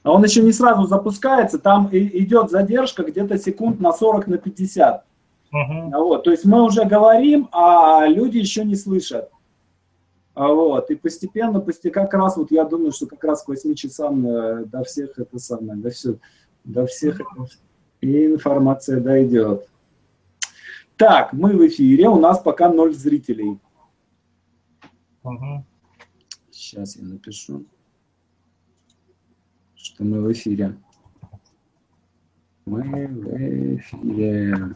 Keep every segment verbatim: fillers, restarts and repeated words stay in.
А он еще не сразу запускается, там и идет задержка где-то секунд на сорок, на пятьдесят. Uh-huh. Вот, то есть мы уже говорим, а люди еще не слышат. Вот, и постепенно, постепенно, как раз, вот я думаю, что как раз к восьми часам до всех это самое, до, все, до всех это, и информация дойдет. Так, мы в эфире, у нас пока ноль зрителей. Uh-huh. Сейчас я напишу, что мы в эфире. Мы в эфире.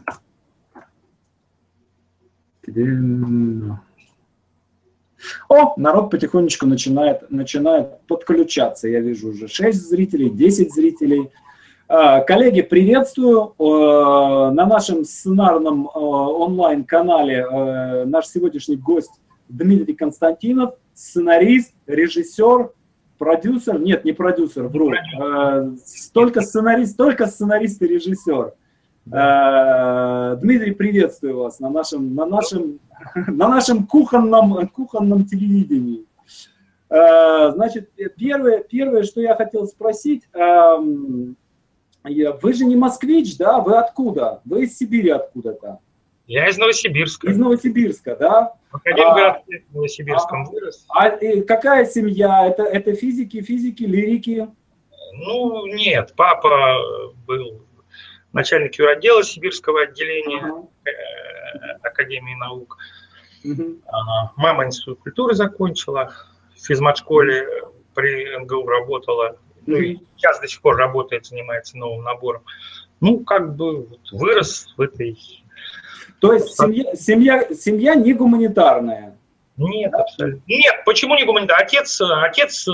О, народ потихонечку начинает, начинает подключаться. Я вижу уже шесть зрителей, десять зрителей. Коллеги, приветствую. На нашем сценарном онлайн-канале наш сегодняшний гость Дмитрий Константинов, сценарист, режиссер, продюсер. Нет, не продюсер, вру. Столько сценарист, только сценарист и режиссер. Дмитрий, приветствую вас на нашем, на нашем, на нашем кухонном, кухонном телевидении. Значит, первое, первое, что я хотел спросить, вы же не москвич, да? Вы откуда? Вы из Сибири откуда-то? Я из Новосибирска. Из Новосибирска, да? В Академгородке в Новосибирском вырос. А, а какая семья? Это, это физики, физики, лирики? Ну, нет, папа был начальник юротдела Сибирского отделения uh-huh. Академии наук. Uh-huh. Мама институт культуры закончила, в физмат-школе при эн гэ у работала. Uh-huh. Ну и сейчас до сих пор работает, занимается новым набором. Ну, как бы вот, вырос в этой... То есть семья, семья, семья не гуманитарная? Нет, абсолютно. Нет, почему не гуманитарная? Отец, отец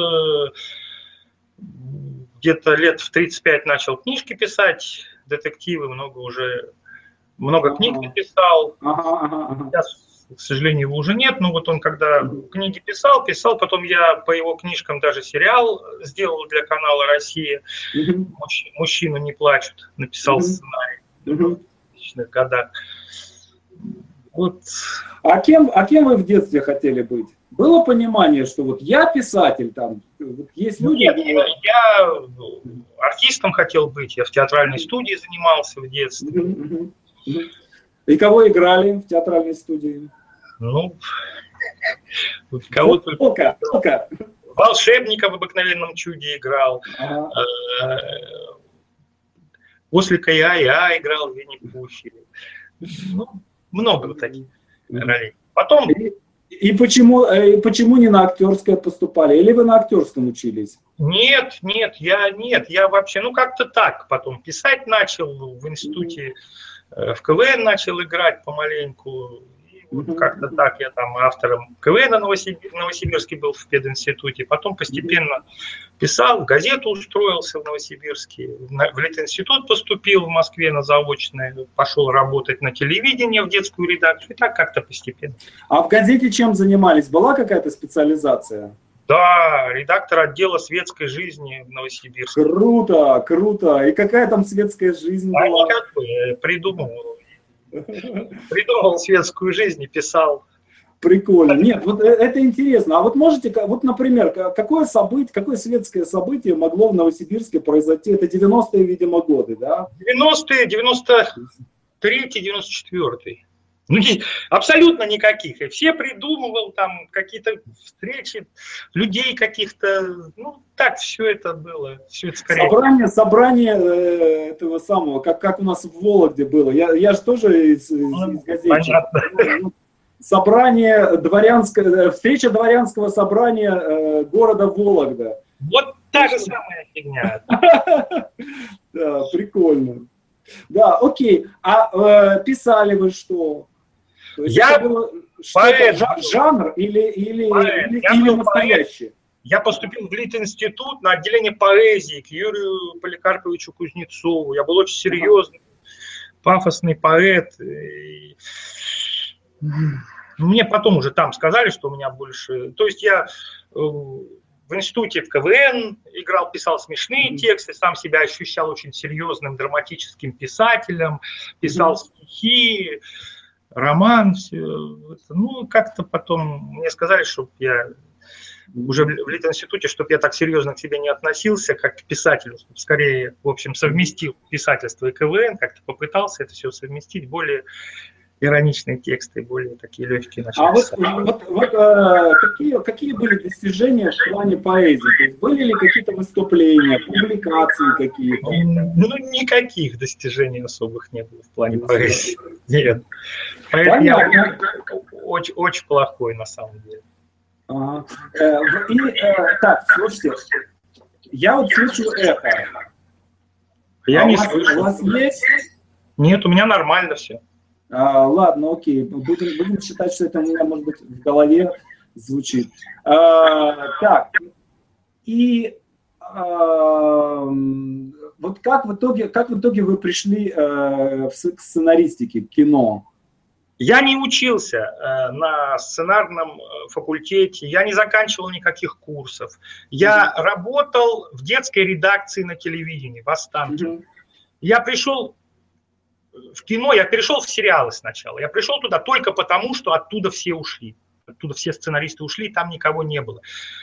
где-то лет в тридцать пять начал книжки писать, детективы, много уже, много ага. книг написал. Ага, ага, ага. Сейчас, к сожалению, его уже нет, но вот он когда книги писал, писал, потом я по его книжкам даже сериал сделал для канала «Россия». Угу. «Мужчины не плачут», написал угу. сценарий угу. в тысячных годах. Вот. А кем, а кем вы в детстве хотели быть? Было понимание, что вот я писатель, там, вот есть люди... Нет, я, я артистом хотел быть, я в театральной студии занимался в детстве. Uh-huh, uh-huh. И кого играли в театральной студии? Ну, кого-то... Только, только. Волшебника в «Обыкновенном чуде» играл. Uh-huh. Ослика и А играл в «Винни-Пухе». Ну, много вот таких uh-huh. ролей. Потом... И почему, и почему не на актерское поступали? Или вы на актерском учились? Нет, нет, я нет, я вообще, ну как-то так. Потом писать начал, в институте, в ка вэ эн начал играть помаленьку. И вот как-то так я там автором ка вэ эна Новосибир, Новосибирский был в пединституте. Потом постепенно писал, в газету устроился в Новосибирске, в Литинститут поступил в Москве на заочное, пошел работать на телевидение в детскую редакцию, и так как-то постепенно. А в газете чем занимались? Была какая-то специализация? Да, редактор отдела светской жизни в Новосибирске. Круто, круто. И какая там светская жизнь а была? Никакой, придумывал. Придумывал светскую жизнь и писал. Прикольно. Нет, вот это интересно. А вот можете, вот, например, какое событие, какое светское событие могло в Новосибирске произойти? Это девяностые, видимо, годы, да? девяностые, девяносто третий, девяносто четвёртый. Ну, абсолютно никаких. И все придумывал там какие-то встречи людей каких-то. Ну, так все это было. Все это скорее. Собрание, собрание э, этого самого, как, как у нас в Вологде было. Я, я же тоже из, из, из газеты. Понятно. Собрание дворянского, встреча дворянского собрания э, города Вологда. Вот та же самая фигня. Да, прикольно. Да, окей. А э, писали вы что? Я поэт. Жанр или, или, или, или настоящий? Я поступил в Литинститут на отделение поэзии к Юрию Поликарповичу Кузнецову. Я был очень серьезный, пафосный поэт. И... Мне потом уже там сказали, что у меня больше... То есть я в институте в ка вэ эн играл, писал смешные тексты, сам себя ощущал очень серьезным драматическим писателем, писал стихи, роман, все. Ну, как-то потом мне сказали, чтобы я уже в Литинституте, чтобы я так серьезно к себе не относился, как к писателю, чтобы скорее, в общем, совместил писательство и КВН, как-то попытался это все совместить, более ироничные тексты, более такие легкие. А вот, вот, вот а, какие, какие были достижения в плане поэзии? То есть были ли какие-то выступления, публикации какие-то? Ну, никаких достижений особых не было в плане поэзии. Нет. Поэт я очень, очень плохой на самом деле. А, и, так, слушайте, я вот слышу эхо. Я а не у вас, слышу. У вас есть? Нет, у меня нормально все. А, ладно, окей, будем, будем считать, что это у меня, может быть, в голове звучит. А, так, и а, вот как в итоге, как в итоге вы пришли а, к сценаристике, к кино? Я не учился э, на сценарном факультете, я не заканчивал никаких курсов. Я mm-hmm. работал в детской редакции на телевидении в Останкино. Mm-hmm. Я пришел в кино, я перешел в сериалы сначала. Я пришел туда только потому, что оттуда все ушли. Оттуда все сценаристы ушли, там никого не было.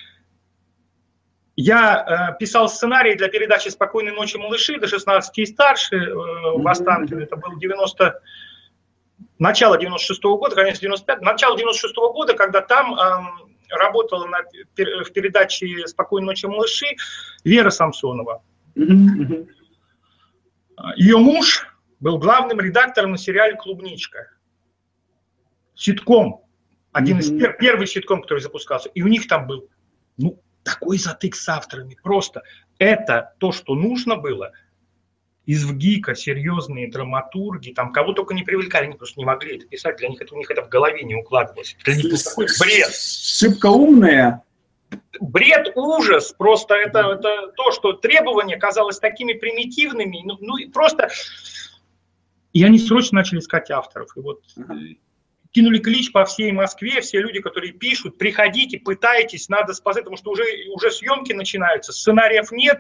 Я э, писал сценарий для передачи «Спокойной ночи, малыши» до шестнадцати и старше э, mm-hmm. в Останкино. Это был девяносто... начало девяносто шестого года, конец девяносто пятого, начало девяносто шестого года, когда там э, работала на, в передаче «Спокойной ночи, малыши» Вера Самсонова. Mm-hmm. Ее муж был главным редактором на сериале «Клубничка». Ситком. Один mm-hmm. из пер, первый ситком, который запускался. И у них там был, ну, такой затык с авторами. Просто это то, что нужно было. Из ВГИКа серьезные драматурги, там кого только не привлекали, они просто не могли это писать, для них это, у них это в голове не укладывалось. Для них это такой бред. Шибко умные. Бред, ужас, просто это, это то, что требования казалось такими примитивными, ну, ну и просто... И они срочно начали искать авторов. И вот uh-huh. кинули клич по всей Москве, все люди, которые пишут, приходите, пытайтесь, надо спасать, потому что уже, уже съемки начинаются, сценариев нет.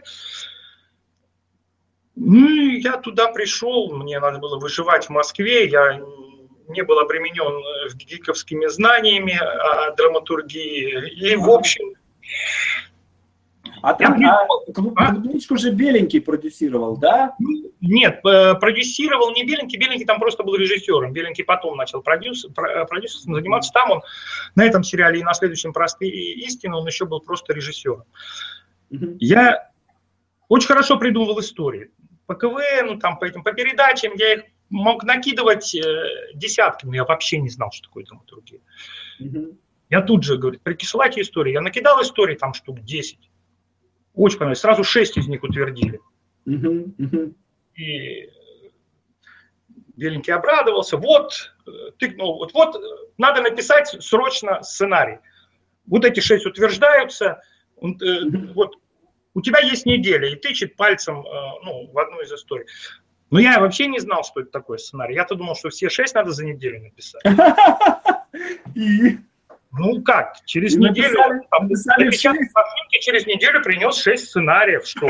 Ну, я туда пришел, мне надо было выживать в Москве, я не был обременен гиковскими знаниями о драматургии, и в общем... А там я... а, клубничку же Беленький продюсировал, да? Нет, продюсировал не Беленький, Беленький там просто был режиссером, Беленький потом начал продюс, продюсером заниматься, там он на этом сериале и на следующем «Простые истины» он еще был просто режиссером. Mm-hmm. Я очень хорошо придумывал истории. По КВН, там, по этим, по передачам, я их мог накидывать э, десятками, я вообще не знал, что такое драматургия. Mm-hmm. Я тут же, говорю, присылайте истории. Я накидал истории, там штук десять. Очень понравилось. Сразу шесть из них утвердили. Mm-hmm. Mm-hmm. И Беленький обрадовался. Вот, тыкнул, вот, вот, надо написать срочно сценарий. Вот эти шесть утверждаются. Mm-hmm. Вот. У тебя есть неделя, и тычет пальцем ну, в одну из историй. Но я вообще не знал, что это такое сценарий. Я-то думал, что все шесть надо за неделю написать. И? Ну как, через и неделю, написали, написали написали через неделю принес шесть сценариев. Что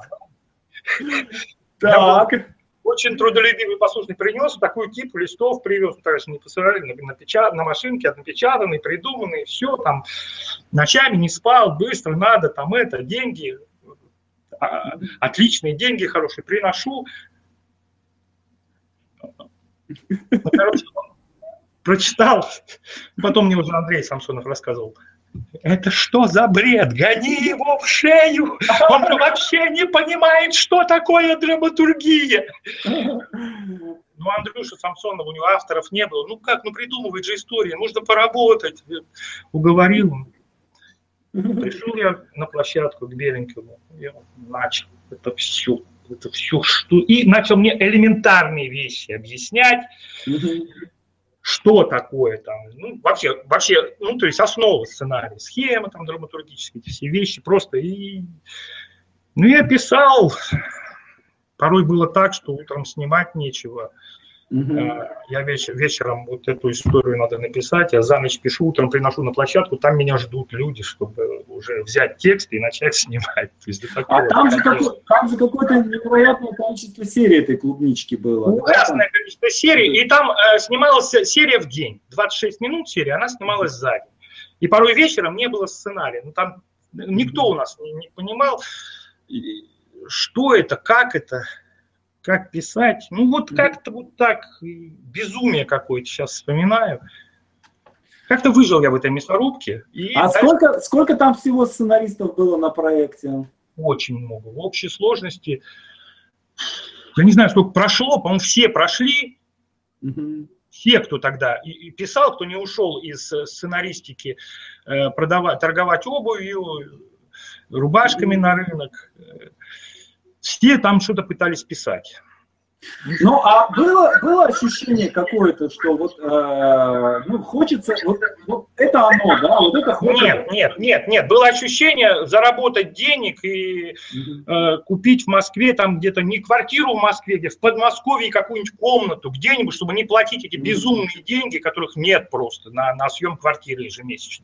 так. Очень трудолюбивый послушник принес, такую кипу листов привез, конечно, не посылали, напечат, на машинке, напечатанный, придуманный, все там, ночами не спал, быстро, надо, там это, деньги, отличные деньги, хорошие, приношу. Ну, короче, он прочитал, потом мне уже Андрей Самсонов рассказывал, это что за бред, гони его в шею, он вообще не понимает, что такое драматургия. Ну, Андрюша Самсонов, у него авторов не было, ну как, ну придумывает же истории, нужно поработать, уговорил он. Пришел я на площадку к Беленькому, я начал это все, это все, что... И начал мне элементарные вещи объяснять, mm-hmm. что такое там, ну, вообще, вообще, ну, то есть основа сценария, схема там драматургические, эти все вещи просто. И... Ну, я писал, порой было так, что утром снимать нечего. Mm-hmm. Я вечер, вечером вот эту историю надо написать, я за ночь пишу, утром приношу на площадку, там меня ждут люди, чтобы уже взять текст и начать снимать. То есть, а там же, какой, там же какое-то невероятное количество серий этой клубнички было. Ужасное да? количество серий, и там э, снималась серия в день, двадцать шесть минут серия, она снималась за день. И порой вечером не было сценария. Ну, там никто у нас не, не понимал, что это, как это, как писать. Ну, вот как-то вот так, безумие какое-то сейчас вспоминаю. Как-то выжил я в этой мясорубке. И а дальше... сколько, сколько там всего сценаристов было на проекте? Очень много. В общей сложности, я не знаю, сколько прошло, по-моему, все прошли. Угу. Все, кто тогда и, и писал, кто не ушел из сценаристики, э, продавать, торговать обувью, рубашками угу. на рынок, э, все там что-то пытались писать. Ну, а было, было ощущение какое-то, что вот, э, ну, хочется, вот, вот это оно, да, вот это хочется... Нет, нет, нет, нет, было ощущение заработать денег и э, купить в Москве там где-то не квартиру в Москве, где в Подмосковье какую-нибудь комнату, где-нибудь, чтобы не платить эти безумные деньги, которых нет просто на, на съем квартиры ежемесячно.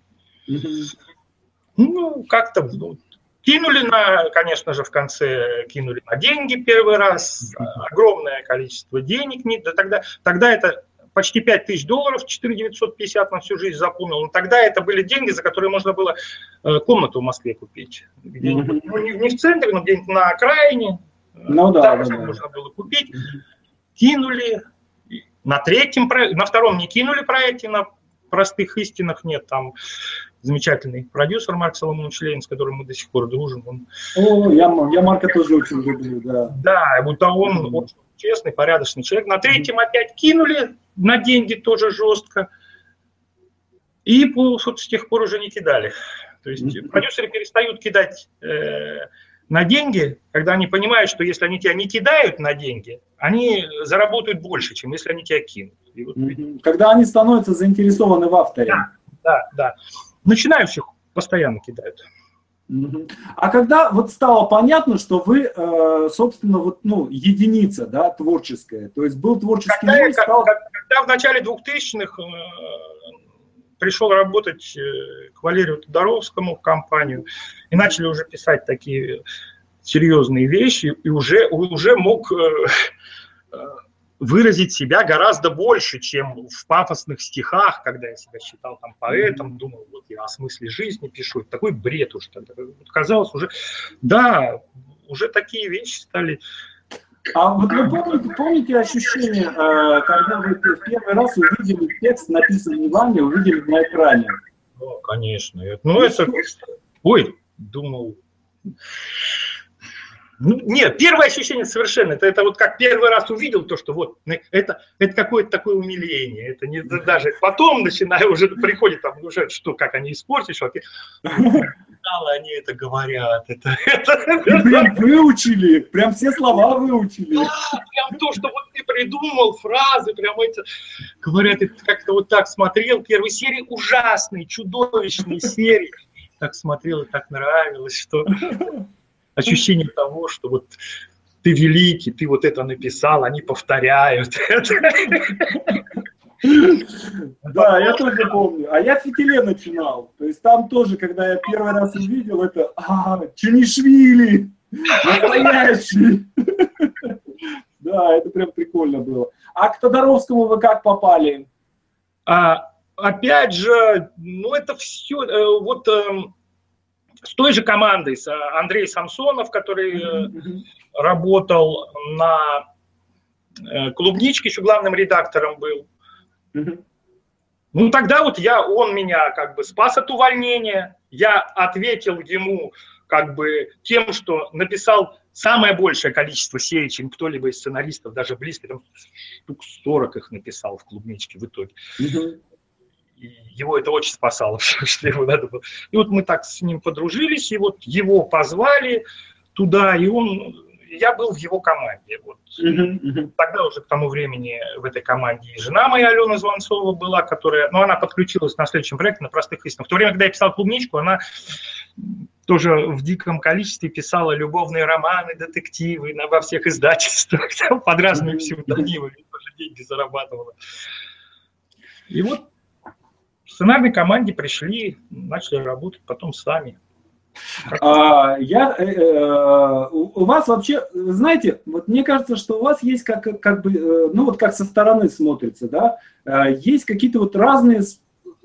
Ну, как-то... Ну, кинули на, конечно же, в конце кинули на деньги первый раз, огромное количество денег. Да тогда, тогда это почти пять тысяч долларов, четыре тысячи девятьсот пятьдесят на всю жизнь запомнил. Но тогда это были деньги, за которые можно было комнату в Москве купить. Где-нибудь, ну, не, не в центре, но где-нибудь на окраине. Ну, да, да, можно было купить. Кинули. На третьем, на втором не кинули проекте, на простых истинах нет. Там замечательный продюсер Марк Соломонович Ленин, с которым мы до сих пор дружим. Он... О, я, я Марка тоже очень люблю, да. Да, вот он mm-hmm. очень честный, порядочный человек. На третьем mm-hmm. опять кинули, на деньги тоже жестко. И вот, с тех пор уже не кидали. То есть mm-hmm. продюсеры перестают кидать э, на деньги, когда они понимают, что если они тебя не кидают на деньги, они заработают больше, чем если они тебя кинут. И вот, mm-hmm. Когда они становятся заинтересованы в авторе. Да, да, да. Начинающих постоянно кидают. А когда вот стало понятно, что вы, собственно, вот, ну, единица, да, творческая, то есть был творческий когда, мир, стал... когда, когда в начале двухтысячных пришел работать к Валерию Тодоровскому в компанию и начали уже писать такие серьезные вещи, и уже, уже мог выразить себя гораздо больше, чем в пафосных стихах, когда я себя считал там поэтом, думал, вот я о смысле жизни пишу. Это такой бред уже тогда. Казалось уже, да, уже такие вещи стали. А вот вы помните, помните ощущение, когда вы в первый раз увидели текст, написанный вами, увидели на экране? Ну, конечно. Ну, это... Ой, думал... Ну, нет, первое ощущение совершенно, это, это вот как первый раз увидел то, что вот это, это какое-то такое умиление, это не даже потом начинаю уже приходит там уже что как они испортили, что они это говорят, это, это... Прям выучили, прям все слова выучили. Да, прям то, что вот ты придумал фразы, прям эти говорят, это как-то вот так смотрел первой серии, ужасные, чудовищные серии, так смотрел и так нравилось, что ощущение того, что вот ты великий, ты вот это написал, они повторяют. Да, я тоже помню. А я в Фитиле начинал. То есть там тоже, когда я первый раз увидел, это а, Чунишвили, настоящий. Да, это прям прикольно было. А к Тодоровскому вы как попали? А, опять же, ну это все, э, вот... Э, с той же командой, с Андрей Самсонов, который mm-hmm. работал на «Клубничке», еще главным редактором был. Mm-hmm. Ну, тогда вот я, он меня как бы спас от увольнения, я ответил ему как бы тем, что написал самое большее количество серий, чем кто-либо из сценаристов, даже близко, там штук сорок их написал в «Клубничке» в итоге. Mm-hmm. И его это очень спасало, что ему надо было. И вот мы так с ним подружились, и вот его позвали туда, и он, я был в его команде. Вот. Uh-huh, uh-huh. Тогда уже к тому времени в этой команде и жена моя, Алена Звонцова, была, которая, ну, она подключилась на следующем проекте на простых истинах. В то время, когда я писал «Клубничку», она тоже в диком количестве писала любовные романы, детективы на, во всех издательствах, там, под разными псевдонимами, тоже деньги зарабатывала. И вот в сценарной команде пришли, начали работать потом сами. А, я, э, э, у вас вообще, знаете, вот мне кажется, что у вас есть как, как бы, ну вот как со стороны смотрится, да, есть какие-то вот разные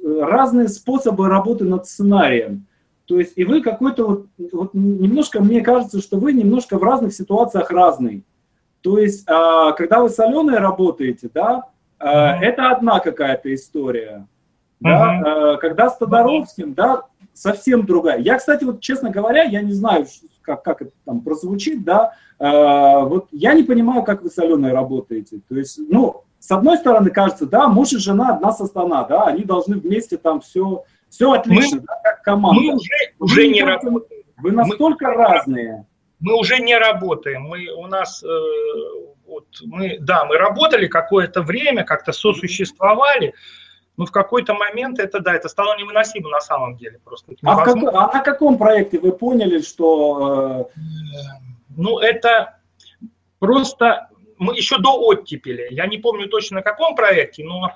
разные способы работы над сценарием. То есть и вы какой-то вот, вот немножко, мне кажется, что вы немножко в разных ситуациях разный. То есть, а, когда вы с Аленой работаете, да, а, uh-huh. это одна какая-то история. Uh-huh. Да? А, когда с Тодоровским, да, совсем другая. Я, кстати, вот честно говоря, я не знаю, как, как это там прозвучит, да, а, вот я не понимаю, как вы с Аленой работаете. То есть, ну, с одной стороны, кажется, да, муж и жена одна сосна, да, они должны вместе там все, все отлично, мы, да, как команда. Мы уже, уже не работаем. Вы настолько мы, разные. Мы уже не работаем. Мы, у нас, э, вот, мы, да, мы работали какое-то время, как-то сосуществовали, но в какой-то момент это, да, это стало невыносимо на самом деле. Просто а, в какой, а на каком проекте вы поняли, что... Э... Ну, это просто... Мы еще до оттепели, я не помню точно на каком проекте, но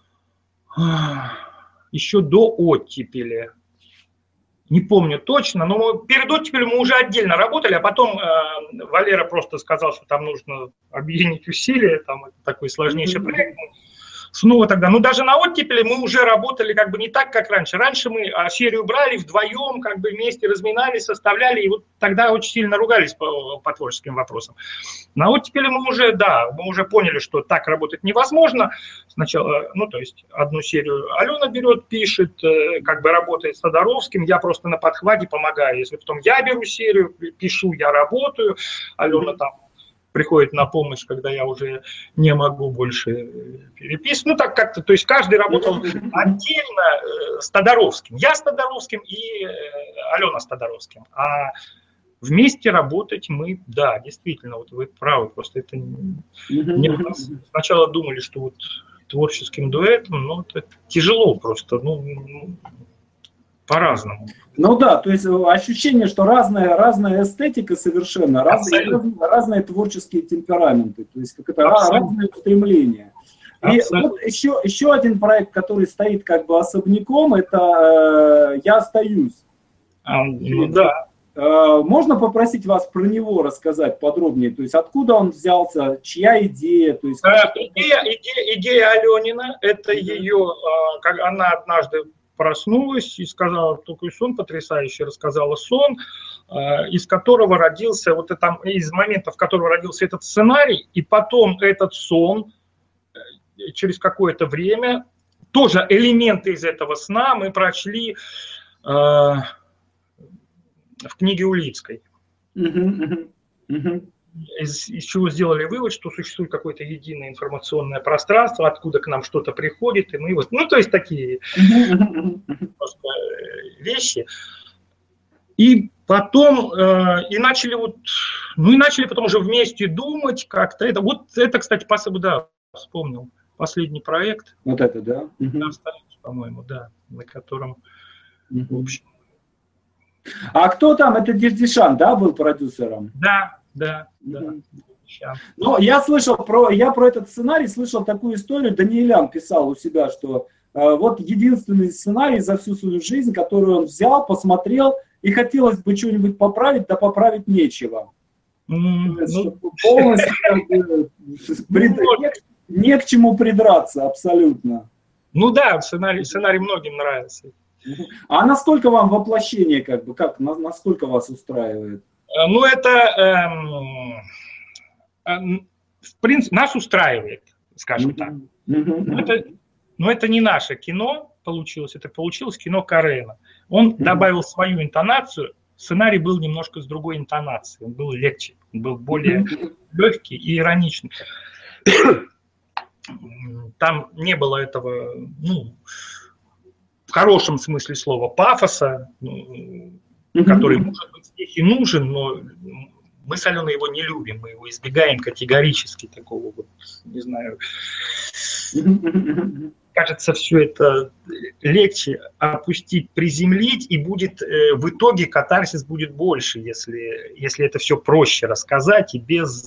еще до оттепели. Не помню точно, но мы, перед оттепелью мы уже отдельно работали, а потом э, Валера просто сказал, что там нужно объединить усилия, там такой сложнейший mm-hmm. проект. Снова тогда, ну даже на оттепели мы уже работали как бы не так, как раньше. Раньше мы а, серию брали вдвоем, как бы вместе разминались, составляли, и вот тогда очень сильно ругались по, по творческим вопросам. На оттепели мы уже, да, мы уже поняли, что так работать невозможно. Сначала, ну то есть одну серию Алена берет, пишет, как бы работает с Тодоровским, я просто на подхвате помогаю. Если потом я беру серию, пишу, я работаю, Алена там приходит на помощь, когда я уже не могу больше переписывать. Ну, так как-то, то есть каждый работал отдельно с Тодоровским. Я с Тодоровским и Алена с Тодоровским. А вместе работать мы, да, действительно, вот вы правы, просто это не... Сначала думали, что вот творческим дуэтом, ну, это тяжело просто, ну, по-разному. Ну да, то есть ощущение, что разная, разная эстетика совершенно, разные, разные творческие темпераменты, то есть как это разные устремления. И Абсолютно. Вот еще, еще один проект, который стоит как бы особняком, это э, «Я остаюсь». А, ну, да. Э, можно попросить вас про него рассказать подробнее? То есть откуда он взялся, чья идея? То есть... идея, идея, идея Аленина, это mm-hmm. ее, как она однажды проснулась и сказала такой сон потрясающий, рассказала сон, из которого родился, вот это, из момента, в котором родился этот сценарий, и потом этот сон через какое-то время, тоже элементы из этого сна мы прочли э, в книге Улицкой. Uh-huh, uh-huh. Из, из чего сделали вывод, что существует какое-то единое информационное пространство, откуда к нам что-то приходит, и мы вот, ну, то есть такие просто вещи. И потом, э, и начали вот, ну, и начали потом уже вместе думать как-то. Это, вот это, кстати, да, вспомнил, последний проект. Вот это, да? По-моему, да, на котором, в общем. А кто там? Это Дердишан, да, был продюсером? Да. Да, да. Ну, я слышал про, я про этот сценарий слышал такую историю. Даниэлян писал у себя, что э, вот единственный сценарий за всю свою жизнь, который он взял, посмотрел, и хотелось бы что-нибудь поправить, да поправить нечего. Mm, ну, полностью э, прид... не, не к чему придраться абсолютно. Ну да, сценарий, сценарий многим нравится. А насколько вам воплощение, как бы, как, насколько вас устраивает? Ну, это, эм, в принципе, нас устраивает, скажем так. Но это, но это не наше кино получилось, это получилось кино Карена. Он добавил свою интонацию, сценарий был немножко с другой интонацией, он был легче, он был более легкий и ироничный. Там не было этого, ну, в хорошем смысле слова, пафоса, ну, который, может быть, здесь и нужен, но мы с Аленой его не любим, мы его избегаем категорически, такого вот, не знаю. Кажется, все это легче опустить, приземлить, и будет э, в итоге катарсис будет больше, если, если это все проще рассказать и без,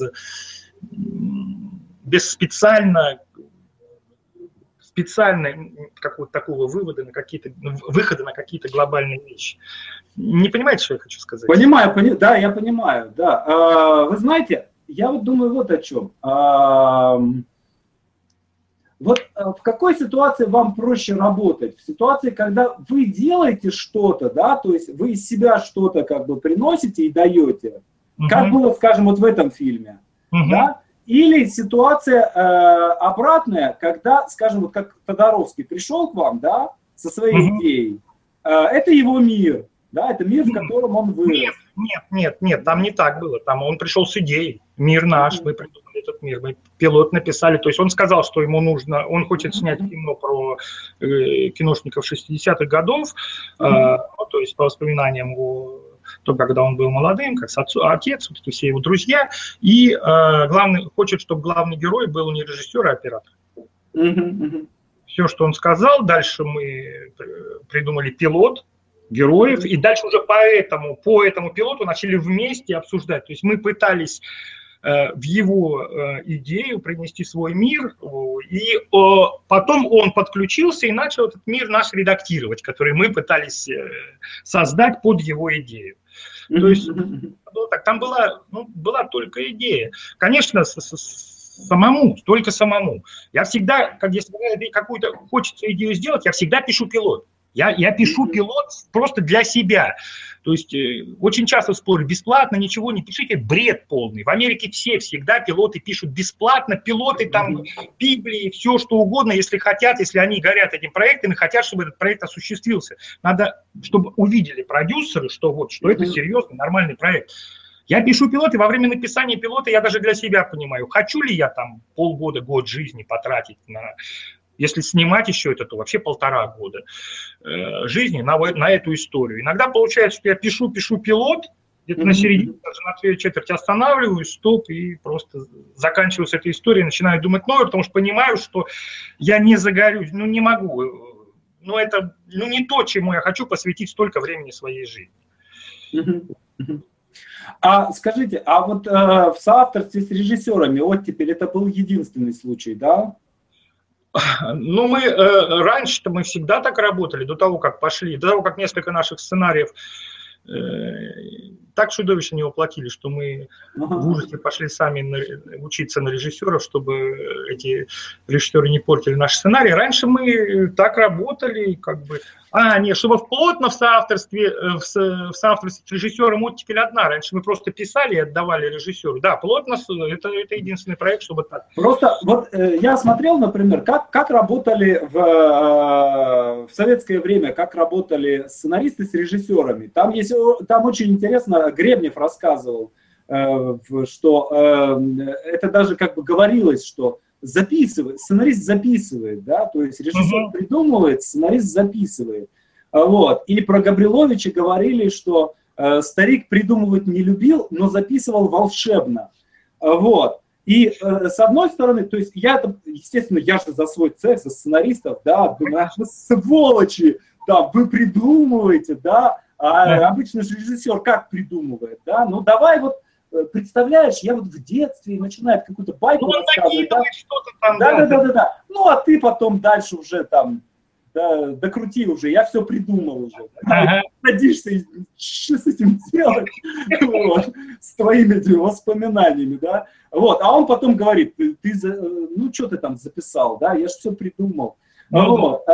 без специально... специально какого-то такого вывода на какие-то, выхода на какие-то глобальные вещи. Не понимаете, что я хочу сказать? Понимаю, пони... да, я понимаю, да. А, вы знаете, я вот думаю вот о чем. А, вот в какой ситуации вам проще работать? В ситуации, когда вы делаете что-то, да, то есть вы из себя что-то как бы приносите и даете, uh-huh. как было, скажем, вот в этом фильме, uh-huh. да? Или ситуация э, обратная, когда, скажем, вот как Тодоровский пришел к вам, да, со своей uh-huh. идеей, э, это его мир, да, это мир, в котором он вырос. Нет, нет, нет, нет, там не так было, там он пришел с идеей, мир наш, мы придумали этот мир, мы пилот написали, то есть он сказал, что ему нужно, он хочет снять кино про э, киношников шестидесятых годов, э, ну, то есть по воспоминаниям о том, когда он был молодым, как отцу, отец, вот все его друзья, и э, главный, хочет, чтобы главный герой был не режиссер, а оператор. Все, что он сказал, дальше мы придумали пилот, героев, и дальше уже по этому, по этому пилоту начали вместе обсуждать. То есть мы пытались э, в его э, идею принести свой мир, и э, потом он подключился и начал этот мир наш редактировать, который мы пытались э, создать под его идею. То есть ну, так, там была, ну, была только идея. Конечно, с, с, самому, только самому. Я всегда, как если какую-то хочется идею сделать, я всегда пишу пилот. Я, я пишу пилот просто для себя. То есть э, очень часто спорю, бесплатно ничего не пишите, бред полный. В Америке все всегда пилоты пишут бесплатно, пилоты там, Библии, все что угодно, если хотят, если они горят этим проектом и хотят, чтобы этот проект осуществился. Надо, чтобы увидели продюсеры, что вот, что это серьезный, нормальный проект. Я пишу пилот, и во время написания пилота я даже для себя понимаю, хочу ли я там полгода, год жизни потратить на... Если снимать еще это, то вообще полтора года э, жизни на, на эту историю. Иногда получается, что я пишу, пишу пилот, где-то mm-hmm. на середине, даже на две четверти останавливаюсь, стоп, и просто заканчиваю с этой историей, начинаю думать новое, потому что понимаю, что я не загорюсь, ну не могу. Ну это ну, не то, чему я хочу посвятить столько времени своей жизни. Mm-hmm. Mm-hmm. А скажите, а вот э, в соавторстве с режиссерами «Оттепель» это был единственный случай, да? Ну, мы э, раньше-то мы всегда так работали, до того, как пошли, до того, как несколько наших сценариев э, так чудовищно не воплотили, что мы ага. в ужасе пошли сами на, учиться на режиссеров, чтобы эти режиссеры не портили наш сценарий. Раньше мы так работали, как бы... А, нет, чтобы плотно в соавторстве, в, в соавторстве с режиссером «Оттепель» одна. Раньше мы просто писали и отдавали режиссеру. Да, плотно, это, это единственный проект, чтобы так. Просто вот э, я смотрел, например, как, как работали в, э, в советское время, как работали сценаристы с режиссерами. Там, есть, там очень интересно, Гребнев рассказывал, э, что э, это даже как бы говорилось, что записывает, сценарист записывает, да, то есть режиссер uh-huh. придумывает, сценарист записывает. Вот. И про Габриловича говорили, что э, старик придумывать не любил, но записывал волшебно. Вот. И э, с одной стороны, то есть я, естественно, я же за свой цех, за сценаристов, да, думаю, сволочи, да, вы придумываете, да, а uh-huh. обычно же режиссер как придумывает, да, ну давай вот, представляешь, я вот в детстве начинает какую-то байку ну, рассказывать. Да? Там, да, да, да, да, да. Ну, а ты потом дальше уже там, да, докрути уже, я все придумал уже. Ага. Садишься и что с этим делать? Вот, с твоими воспоминаниями, да. Вот, а он потом говорит, ты, ты ну, что ты там записал, да, я же все придумал. Ну, вот.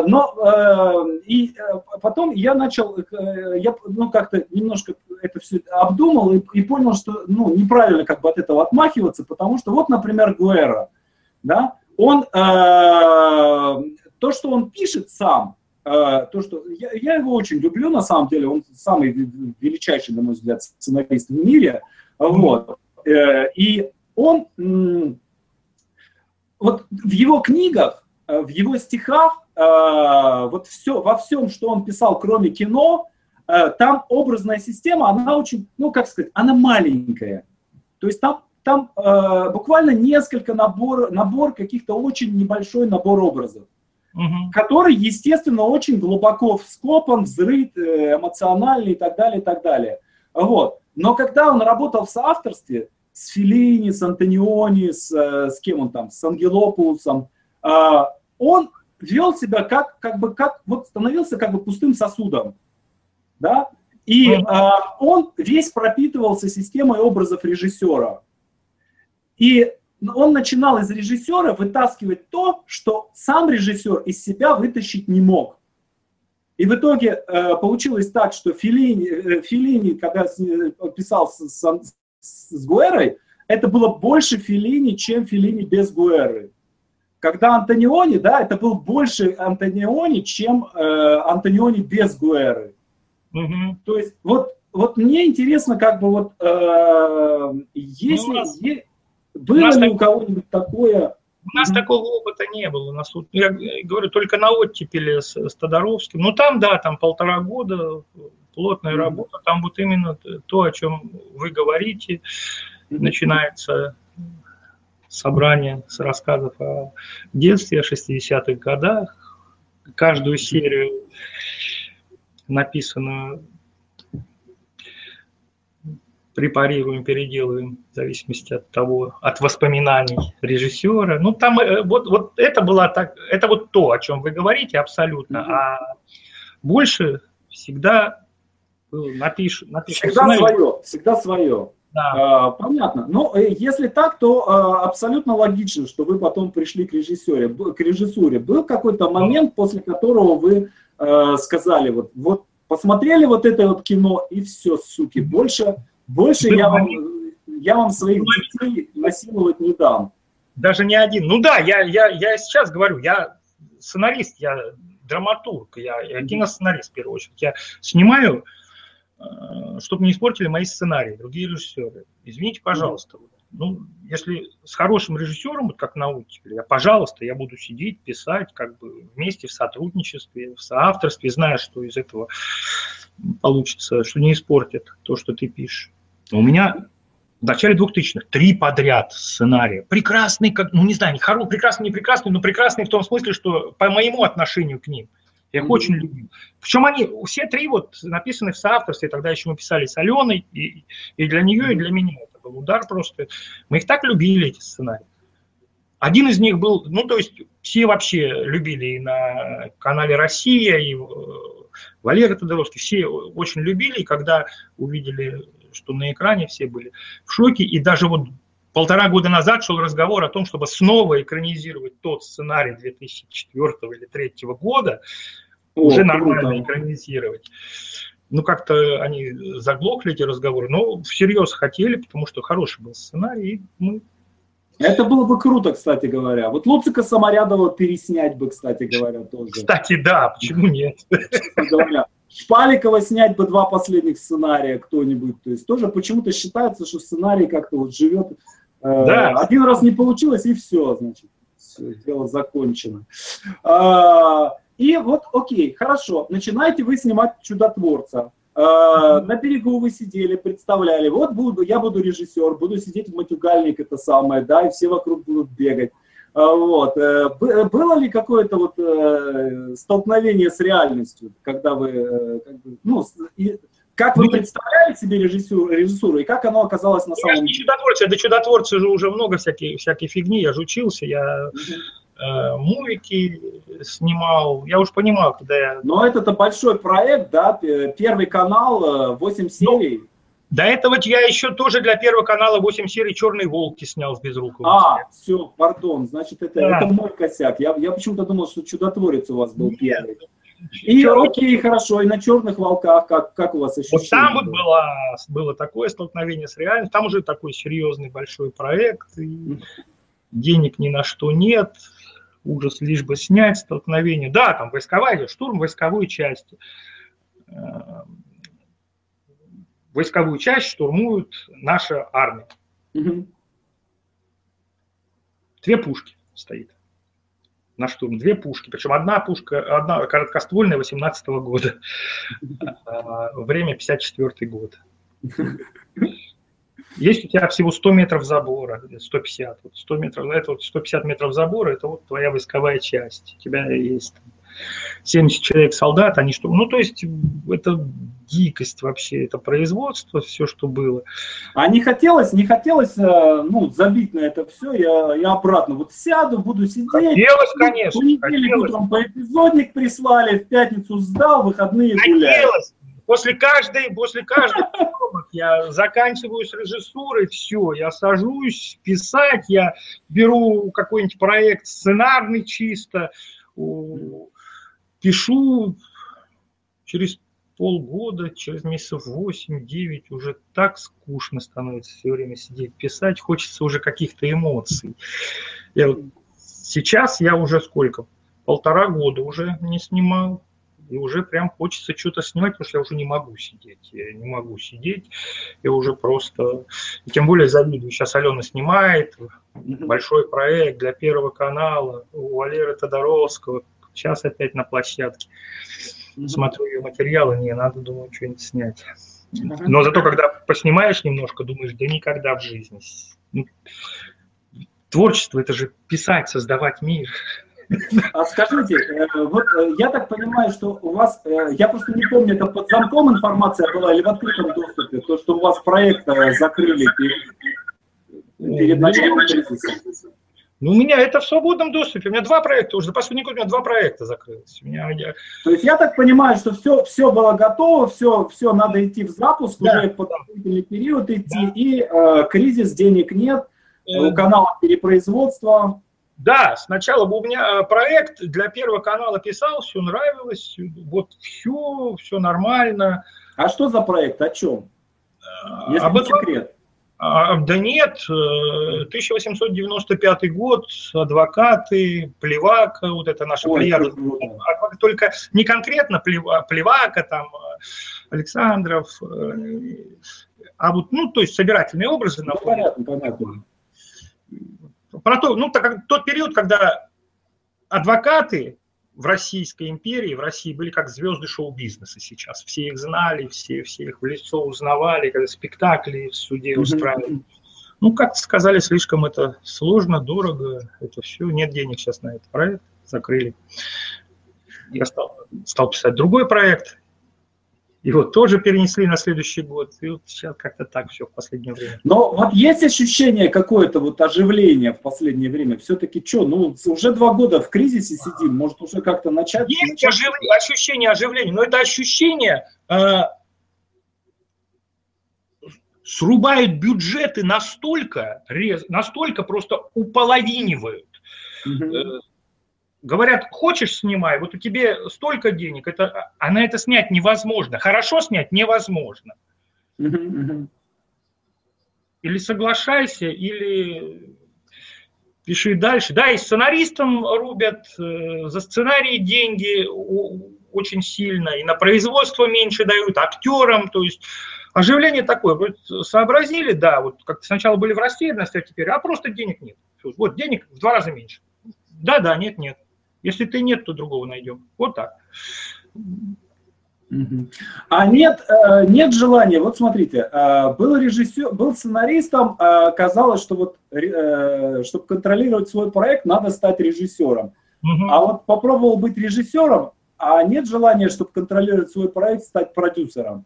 Но и потом я начал, я ну, как-то немножко это все обдумал и, и понял, что ну, неправильно как бы от этого отмахиваться, потому что вот, например, Гуэра, да, он, то, что он пишет сам, то, что я, я его очень люблю, на самом деле, он самый величайший, на мой взгляд, сценарист в мире, вот, и он, вот в его книгах, в его стихах, вот все, во всем, что он писал, кроме кино, там образная система, она очень, ну, как сказать, она маленькая. То есть там, там буквально несколько набор, набор каких-то очень небольшой набор образов, угу. который, естественно, очень глубоко вскопан, взрыт, эмоциональный и так далее, и так далее. Вот. Но когда он работал в соавторстве с Феллини, с Антониони, с, с кем он там, с Ангелопоулосом, он вел себя как, как бы, как, вот становился как бы пустым сосудом, да, и mm-hmm. а, он весь пропитывался системой образов режиссера. И он начинал из режиссера вытаскивать то, что сам режиссер из себя вытащить не мог. И в итоге э, получилось так, что Феллини, э, Феллини когда с, писал с, с, с Гуэрой, это было больше Феллини, чем Феллини без Гуэры. Когда Антониони, да, это был больше Антониони, чем э, Антониони без Гуэры. Mm-hmm. То есть вот, вот мне интересно, как бы вот, э, если, ну, нас, е, было ли так... у кого-нибудь такое... У нас mm-hmm. такого опыта не было. У нас, я говорю, только на оттепели с, с Тодоровским. Ну там, да, там полтора года, плотная mm-hmm. работа. Там вот именно то, о чем вы говорите, mm-hmm. начинается собрание с рассказов о детстве, о шестидесятых годах. Каждую серию, написанную, препарируем, переделываем в зависимости от того, от воспоминаний режиссера. Ну, там вот, вот это было так, это вот то, о чем вы говорите, абсолютно. Mm-hmm. А больше всегда напиш, напишем. Всегда свое, всегда свое. Да. А, понятно. Ну, если так, то а, абсолютно логично, что вы потом пришли к режиссере, к режиссуре. Был какой-то момент, после которого вы а, сказали, вот, вот посмотрели вот это вот кино, и все, суки, больше... Больше я вам, я вам своих детей насиловать не дам. Даже не один. Ну да, я, я, я сейчас говорю, я сценарист, я драматург, я, я киносценарист в первую очередь. Я снимаю, чтобы не испортили мои сценарии, другие режиссеры. Извините, пожалуйста. Mm-hmm. Ну, если с хорошим режиссером, вот как на оттепели, я, пожалуйста, я буду сидеть, писать, как бы вместе в сотрудничестве, в соавторстве, зная, что из этого получится, что не испортит то, что ты пишешь. У меня в начале двухтысячных три подряд сценария. Прекрасный, как, ну не знаю, не хороший, прекрасный, не прекрасный, но прекрасный в том смысле, что по моему отношению к ним. Я их mm-hmm. очень люблю. Причем они, все три вот написаны в соавторстве, тогда еще мы писали с Аленой, и, и для нее, и для меня. Это был удар просто. Мы их так любили, эти сценарии. Один из них был, ну то есть все вообще любили и на канале «Россия», и Валера Тодоровский, все очень любили, и когда увидели, что на экране, все были в шоке. И даже вот полтора года назад шел разговор о том, чтобы снова экранизировать тот сценарий две тысячи четвёртого или две тысячи третьего года, О, уже нормально круто. экранизировать. Ну, как-то они заглохли, эти разговоры, но всерьез хотели, потому что хороший был сценарий, и мы... Это было бы круто, кстати говоря. Вот Луцика Саморядова переснять бы, кстати говоря, тоже. Кстати, да, почему нет? Шпаликова снять бы два последних сценария кто-нибудь. То есть тоже почему-то считается, что сценарий как-то вот живет. Да. Э, один раз не получилось, и все, значит, все, дело закончено. Э, и вот, окей, хорошо, начинаете вы снимать «Чудотворца». На берегу вы сидели, представляли, вот буду, я буду режиссер, буду сидеть в матюгальник, это самое, да, и все вокруг будут бегать. Вот. Было ли какое-то вот столкновение с реальностью, когда вы, как бы, ну, и, как вы представляли себе режиссуру, режиссуру и как оно оказалось на самом деле? Я же не чудотворцы, до чудотворца же уже много всякой, всякой фигни, я же учился, я... мувики снимал, я уж понимал, когда я... Но это-то большой проект, да, Первый канал, восемь серий. Ну, до этого я еще тоже для Первого канала восемь серий «Черные волки» снял с Безруковым. А, все, пардон, значит, это, да. это мой косяк. Я, я почему-то думал, что «Чудотворец» у вас был Нет. первый. И Черный... окей, хорошо, и на «Черных волках» как, как у вас ощущение? Вот там вот было, было такое столкновение с реальностью, там уже такой серьезный большой проект, и денег ни на что нет. Ужас лишь бы снять, столкновение. Да, там войсковая, штурм войсковой части. Войсковую часть штурмует наша армия. Угу. Две пушки стоит на штурм. Две пушки. Причем одна пушка, одна короткоствольная восемнадцатого года. Время пятьдесят четвёртый год. Есть у тебя всего сто метров забора, сто пятьдесят. Вот сто метров, это вот сто пятьдесят метров забора, это вот твоя войсковая часть. У тебя есть семьдесят человек солдат, они что... Ну, то есть, это дикость вообще, это производство, все, что было. А не хотелось, не хотелось, ну, забить на это все, я, я обратно вот сяду, буду сидеть. Хотелось, конечно. В понедельник утром по эпизодник прислали, в пятницу сдал, выходные гуляю. Хотелось. после каждой, после каждой я заканчиваю с режиссурой, все, я сажусь писать, я беру какой-нибудь проект сценарный чисто, пишу через полгода, через месяцев восемь-девять уже так скучно становится все время сидеть писать, хочется уже каких-то эмоций. Я вот, сейчас я уже сколько? Полтора года уже не снимал, и уже прям хочется что-то снимать, потому что я уже не могу сидеть, я не могу сидеть, я уже просто, и тем более завидую, сейчас Алена снимает большой проект для Первого канала у Валеры Тодоровского, сейчас опять на площадке. Смотрю ее материалы, не, надо, думаю, что-нибудь снять. Но зато, когда поснимаешь немножко, думаешь, да никогда в жизни. Ну, творчество – это же писать, создавать мир. А скажите, вот я так понимаю, что у вас, я просто не помню, это под замком информация была или в открытом доступе, то, что у вас проект закрыли перед, перед началом кризиса? Ну, у меня это в свободном доступе. У меня два проекта уже. За последний год у меня два проекта закрылось. У меня... То есть я так понимаю, что все, все было готово, все, все надо идти в запуск, да, уже подготовительный период идти, да. И э, кризис, денег нет, э, у канала перепроизводство. Да, сначала у меня проект для Первого канала писал, все нравилось, вот все, все нормально. А что за проект, о чем? Если Об не этом... секрет. А, да нет, тысяча восемьсот девяносто пятый год, адвокаты, Плевака, вот это наша плеяда, только не конкретно Плевака, там, Александров, а вот, ну, то есть собирательные образы. Ну, понятно, понятно. Про то, ну, так, тот период, когда адвокаты в Российской империи, в России были как звезды шоу-бизнеса сейчас. Все их знали, все, все их в лицо узнавали, когда спектакли в суде устраивали. Ну, как сказали, слишком это сложно, дорого, это все, нет денег сейчас на этот проект, закрыли. Я стал, стал писать другой проект, его тоже перенесли на следующий год, и вот сейчас как-то так все в последнее время. Но вот есть ощущение какое-то вот оживления в последнее время? Все-таки что, ну уже два года в кризисе сидим, может уже как-то начать? Есть начать... ожив... ощущение оживления, но это ощущение э... срубают бюджеты настолько, настолько просто уполовинивают. Mm-hmm. Говорят, хочешь снимай, вот у тебя столько денег, это, а на это снять невозможно. Хорошо снять невозможно. Mm-hmm. Или соглашайся, или пиши дальше. Да, и сценаристам рубят за сценарий деньги очень сильно, и на производство меньше дают, актерам, то есть оживление такое. Вот сообразили, да, вот как сначала были в растерянности, а теперь, а просто денег нет. Вот денег в два раза меньше. Да, да, нет, нет. Если ты нет, то другого найдем. Вот так. А нет, нет желания, вот смотрите, был режиссер, был сценаристом, казалось, что вот, чтобы контролировать свой проект, надо стать режиссером. Угу. А вот попробовал быть режиссером, а нет желания, чтобы контролировать свой проект, стать продюсером.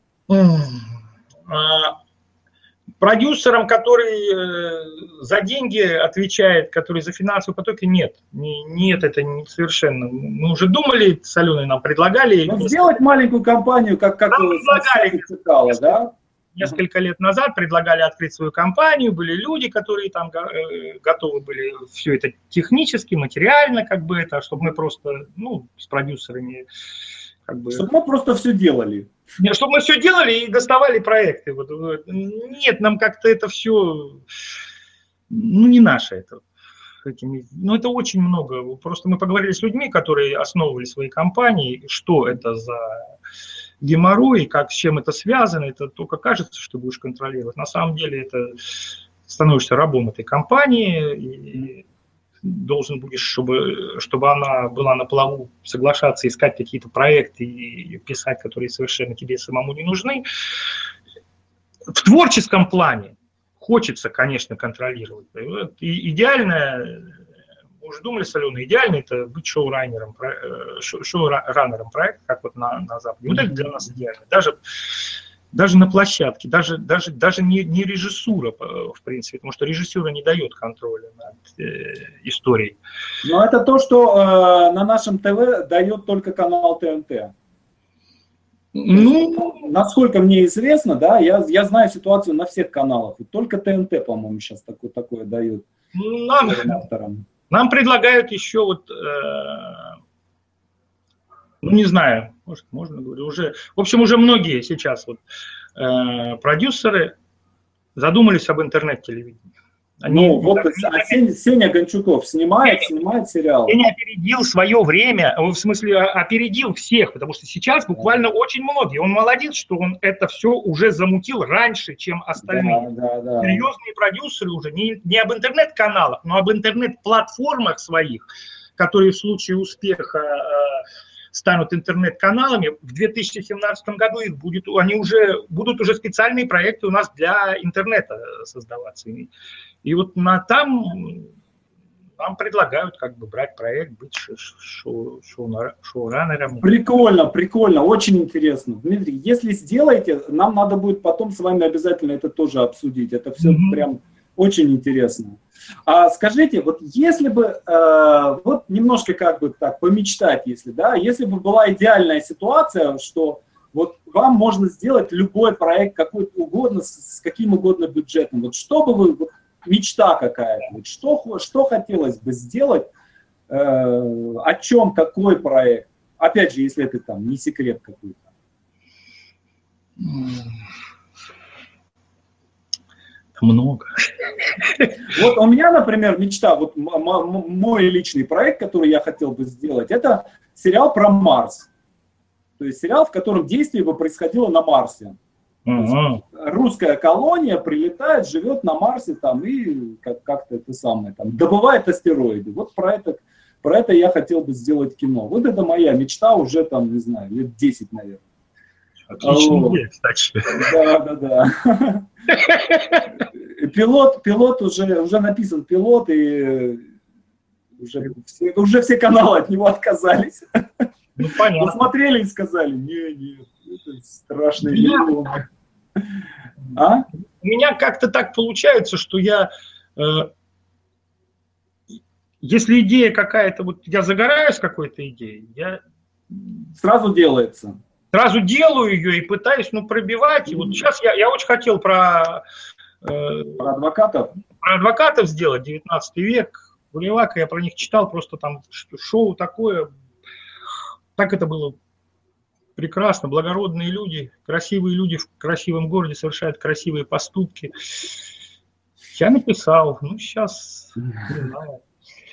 Продюсером, который за деньги отвечает, который за финансовые потоки, нет. Нет, это не совершенно. Мы уже думали, с Аленой нам предлагали. Но сделать маленькую компанию, как, как нам предлагали, цикала, да? Несколько лет назад предлагали открыть свою компанию, были люди, которые там готовы были все это технически, материально, как бы это, чтобы мы просто, ну, с продюсерами... Как бы... Чтобы мы просто все делали. Нет, чтобы мы все делали и доставали проекты. Вот, нет, нам как-то это все, ну, не наше это. Этими, ну, это очень много. Просто мы поговорили с людьми, которые основывали свои компании, что это за геморрой, как, с чем это связано. Это только кажется, что будешь контролировать. На самом деле это становишься рабом этой компании, и должен будешь, чтобы, чтобы она была на плаву, соглашаться, искать какие-то проекты и писать, которые совершенно тебе самому не нужны. В творческом плане хочется, конечно, контролировать. И идеально, мы уже думали с Аленой, идеально это быть шоураннером, шоураннером проекта, как вот на, на Западе. Вот это для нас идеально. Даже Даже на площадке, даже, даже, даже не, не режиссура, в принципе, потому что режиссура не дает контроля над э, историей. Но это то, что э, на нашем ТВ дает только канал ТНТ. Ну, насколько мне известно, да, я, я знаю ситуацию на всех каналах. И только ТНТ, по-моему, сейчас такое, такое дает нам, авторам. Нам предлагают еще вот, э, ну не знаю, может, можно говорить, уже, в общем, уже многие сейчас вот э, продюсеры задумались об интернет-телевидении. Они, ну, вот, а Сеня, Сеня Гончуков снимает, снимает сериал. Сеня опередил свое время, в смысле опередил всех, потому что сейчас буквально очень многие. Он молодец, что он это все уже замутил раньше, чем остальные. Да, да, да. Серьезные продюсеры уже не, не об интернет-каналах, но об интернет-платформах своих, которые в случае успеха э, станут интернет-каналами. В две тысячи семнадцатом году их будет, они уже, будут уже специальные проекты у нас для интернета создаваться. И вот на там нам предлагают как бы брать проект, быть шоу, шоу, шоураннером. Прикольно, прикольно, очень интересно. Дмитрий, если сделаете, нам надо будет потом с вами обязательно это тоже обсудить. Это все mm-hmm. прям очень интересно. А скажите, вот если бы, э, вот немножко как бы так помечтать, если, да, если бы была идеальная ситуация, что вот вам можно сделать любой проект, какой угодно, с, с каким угодно бюджетом, вот что бы вы... Вот, мечта какая-то, вот что, что хотелось бы сделать, э, о чем, какой проект, опять же, если это там не секрет какой-то. Много. Вот у меня, например, мечта, вот мой личный проект, который я хотел бы сделать, это сериал про Марс. То есть сериал, в котором действие бы происходило на Марсе. Uh-huh. Русская колония прилетает, живет на Марсе там и как- как-то это самое там добывает астероиды. Вот про это, про это я хотел бы сделать кино. Вот это моя мечта уже там, не знаю, лет десять, наверное. Отличная идея, кстати. Да, да, да. Пилот, пилот уже, уже написан пилот, и уже все, уже все каналы от него отказались. Ну, понятно. Посмотрели и сказали, не, не, это страшные миллионы. А? У меня как-то так получается, что я, э, если идея какая-то, вот я загораюсь какой-то идеей, я сразу делается. Сразу делаю ее и пытаюсь, ну, пробивать. И вот сейчас я, я очень хотел про, э, про адвокатов. Про адвокатов сделать, девятнадцатый век, Гуливака, я про них читал, просто там шоу такое. Так это было прекрасно. Благородные люди, красивые люди в красивом городе совершают красивые поступки. Я написал, ну, сейчас не знаю.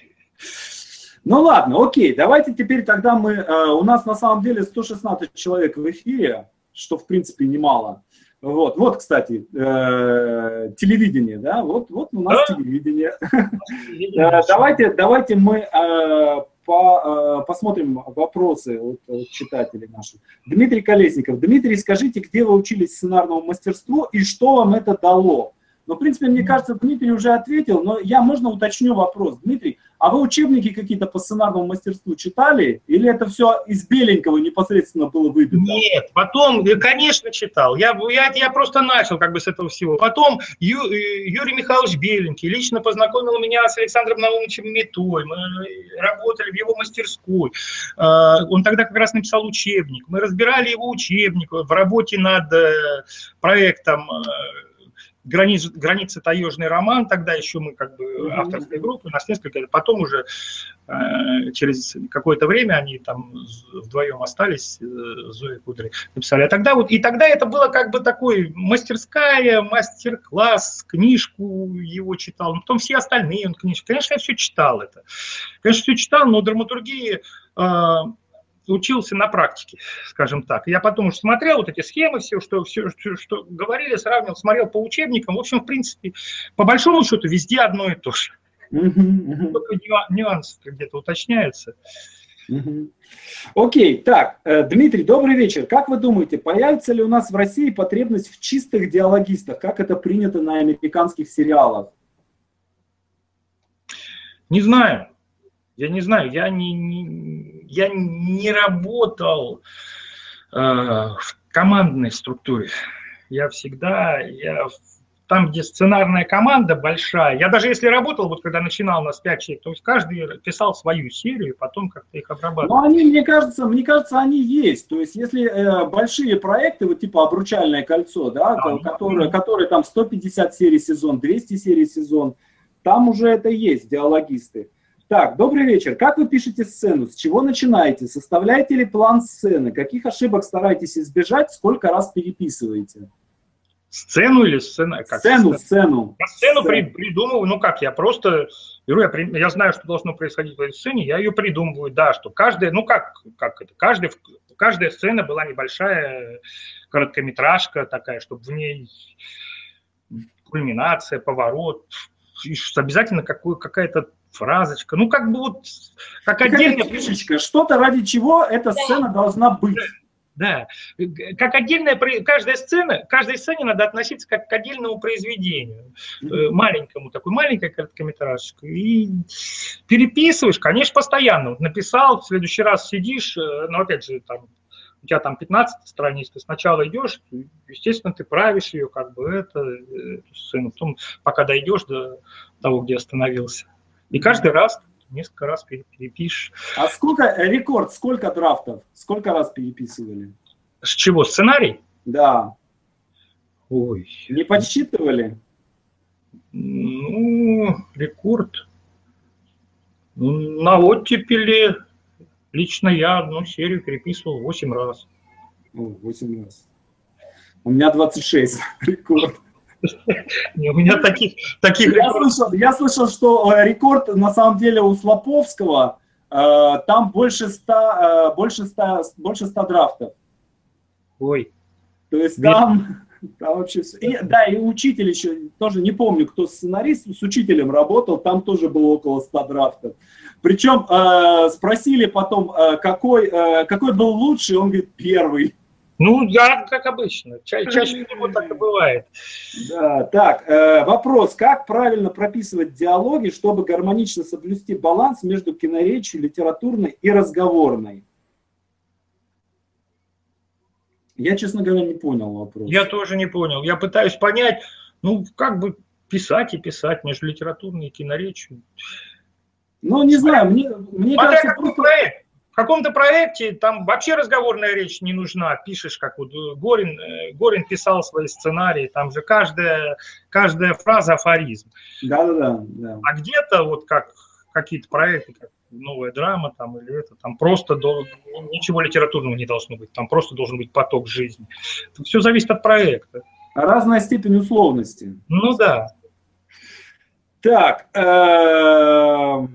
Ну ладно, окей, давайте теперь тогда мы, э, у нас на самом деле сто шестнадцать человек в эфире, что в принципе немало. Вот, вот, кстати, э, телевидение, да, вот, вот у нас да? телевидение. Давайте, давайте мы э, по, э, посмотрим вопросы от, от читателей наших. Дмитрий Колесников. Дмитрий, скажите, где вы учились сценарному мастерству и что вам это дало? Ну, в принципе, мне кажется, Дмитрий уже ответил, но я, можно уточню вопрос. Дмитрий, а вы учебники какие-то по сценарному мастерству читали? Или это все из беленького непосредственно было выбито? Нет, потом, конечно, читал. Я, я, я просто начал как бы с этого всего. Потом Ю, Юрий Михайлович Беленький лично познакомил меня с Александром Наумовичем Метой. Мы работали в его мастерской. Он тогда как раз написал учебник. Мы разбирали его учебник в работе над проектом Границы, границы таежный роман, тогда еще мы как бы авторской группы, у нас несколько, потом уже э, через какое-то время они там вдвоем остались, э, Зоя Кудрей написали. А тогда вот, и тогда это было как бы такой мастерская, мастер-класс, книжку его читал, но потом все остальные он книжки. Конечно, я все читал это. Конечно, все читал, но драматургии э, учился на практике, скажем так. Я потом уже смотрел вот эти схемы, все, что, все, что, что говорили, сравнивал, смотрел по учебникам. В общем, в принципе, по большому счету, везде одно и то же. Uh-huh, uh-huh. Только нюансы где-то уточняются. Uh-huh. Окей, так, Дмитрий, добрый вечер. Как вы думаете, появится ли у нас в России потребность в чистых диалогистах? Как это принято на американских сериалах? Не знаю. Я не знаю, я не, не, я не работал э, в командной структуре. Я всегда, я там, где сценарная команда большая, я даже если работал, вот когда начинал у нас пять человек, то есть каждый писал свою серию, потом как-то их обрабатывал. Ну, они, мне кажется, мне кажется, они есть. То есть, если э, большие проекты, вот типа «Обручальное кольцо», да, а, которые, которые там сто пятьдесят серий сезон, двести серий сезон, там уже это есть, диалогисты. Так, добрый вечер. Как вы пишете сцену? С чего начинаете? Составляете ли план сцены? Каких ошибок стараетесь избежать? Сколько раз переписываете? Сцену или сцена? Как сцену, сцену. Я сцену при, придумываю, ну как, я просто, я, я знаю, что должно происходить в этой сцене, я ее придумываю, да, что каждая, ну как, как это, каждая, каждая сцена была небольшая короткометражка такая, чтобы в ней кульминация, поворот, обязательно какую, какая-то фразочка, ну как бы вот, как отдельная фишечка, что-то ради чего эта сцена должна быть. Да, как отдельная, каждая сцена, каждой сцене надо относиться как к отдельному произведению, mm-hmm. маленькому, такой маленькой короткометражке, и переписываешь, конечно, постоянно, вот написал, в следующий раз сидишь, но опять же, там, у тебя там пятнадцать страниц, ты сначала идешь, естественно, ты правишь ее, как бы, это, эту сцену, потом, пока дойдешь до того, где остановился, и каждый раз несколько раз перепишешь. А сколько, рекорд, сколько драфтов? Сколько раз переписывали? С чего, сценарий? Да. Ой. Не подсчитывали? Ну, рекорд. Ну, на оттепели лично я одну серию переписывал восемь раз. О, восемь раз. У меня двадцать шесть рекорд. Не, у меня таких, таких я, слышал, я слышал, что рекорд на самом деле у Слоповского э, там больше ста, э, больше ста, больше ста драфтов. Ой. То есть там, там вообще все. И, да, и учитель еще, тоже не помню, кто сценарист, с учителем работал, там тоже было около ста драфтов. Причем э, спросили потом, э, какой, э, какой был лучший, он говорит, первый. Ну, да, как обычно. Ча чаще всего так и бывает. Да, так, э, вопрос. Как правильно прописывать диалоги, чтобы гармонично соблюсти баланс между киноречью, литературной и разговорной? Я, честно говоря, не понял вопрос. Я тоже не понял. Я пытаюсь понять, ну, как бы писать и писать между литературной и киноречью. Ну, не знаю, мне, мне Смотря кажется, какой просто... проект. В каком-то проекте там вообще разговорная речь не нужна. Пишешь, как вот Горин, Горин писал свои сценарии, там же каждая, каждая фраза афоризм. Да-да-да. Да. А где-то вот как какие-то проекты, как новая драма там или это, там просто до, ничего литературного не должно быть, там просто должен быть поток жизни. Это все зависит от проекта. Разная степень условности. Ну да. Так, э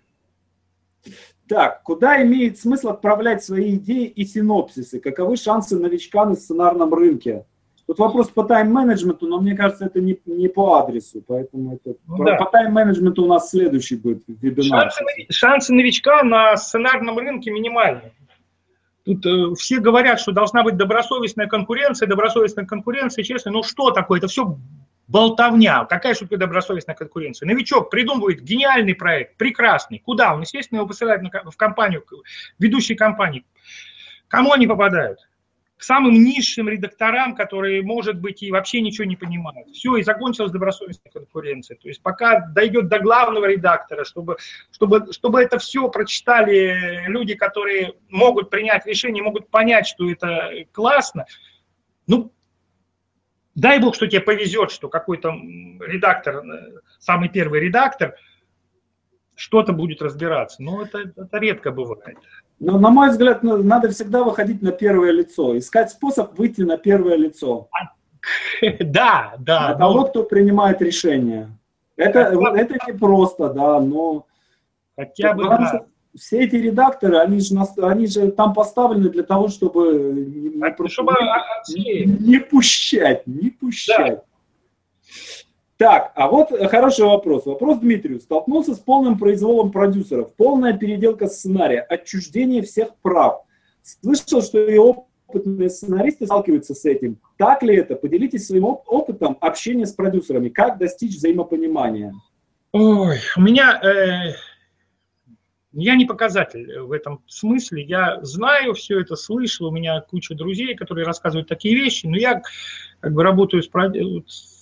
Так, куда имеет смысл отправлять свои идеи и синопсисы? Каковы шансы новичка на сценарном рынке? Тут вопрос по тайм-менеджменту, но мне кажется, это не, не по адресу, поэтому это, ну, по, да. по тайм-менеджменту у нас следующий будет вебинар. Шансы, шансы новичка на сценарном рынке минимальны. Тут э, все говорят, что должна быть добросовестная конкуренция, добросовестная конкуренция, честно, ну что такое? Это все болтовня. Какая же добросовестная конкуренция? Новичок придумывает гениальный проект, прекрасный. Куда? Он, естественно, его посылает в компанию, ведущие компании. Кому они попадают? К самым низшим редакторам, которые, может быть, и вообще ничего не понимают. Все, и закончилась добросовестная конкуренция. То есть пока дойдет до главного редактора, чтобы, чтобы, чтобы это все прочитали люди, которые могут принять решение, могут понять, что это классно, ну, дай бог, что тебе повезет, что какой-то редактор, самый первый редактор, что-то будет разбираться. Но это, это редко бывает. Но, на мой взгляд, надо всегда выходить на первое лицо, искать способ выйти на первое лицо. Да, да. На того, кто принимает решение. Это, это не просто, да, но... Хотя бы, да. Все эти редакторы, они же, они же там поставлены для того, чтобы не, а, чтобы не, не пущать, не пущать. Да. Так, а вот хороший вопрос. Вопрос Дмитрию. Столкнулся с полным произволом продюсеров, полная переделка сценария, отчуждение всех прав. Слышал, что и опытные сценаристы сталкиваются с этим. Так ли это? Поделитесь своим опытом общения с продюсерами. Как достичь взаимопонимания? Ой, у меня... Э... Я не показатель в этом смысле, я знаю все это, слышал, у меня куча друзей, которые рассказывают такие вещи, но я как бы работаю с,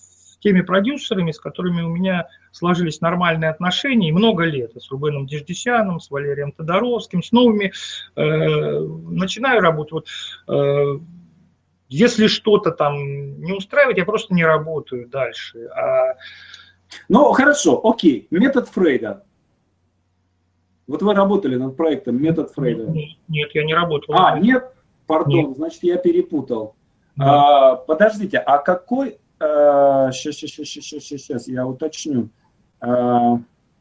теми продюсерами, с которыми у меня сложились нормальные отношения, и много лет, и с Рубеном Деждесяном, с Валерием Тодоровским, с новыми, э, начинаю работать. Вот, э, если что-то там не устраивает, я просто не работаю дальше. А... Ну, хорошо, окей, метод Фрейда. Вот вы работали над проектом «Метод Фрейда». Нет, нет, я не работал. А, нет? Пардон, нет. Значит, я перепутал. А, подождите, а какой... А, сейчас, сейчас, сейчас, сейчас, сейчас, я уточню. А,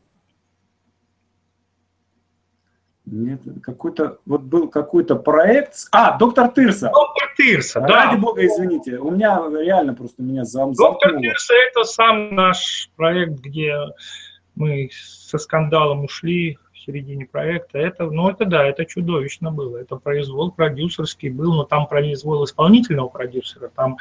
нет, какой-то... Вот был какой-то проект... А, доктор Тырса. Доктор Тырса, а, да. Ради бога, извините. У меня реально просто меня зам... Доктор Тырса – это сам наш проект, где мы со скандалом ушли в середине проекта. Это, ну, это да, это чудовищно было. Это произвол продюсерский был, но там произвол исполнительного продюсера. Там,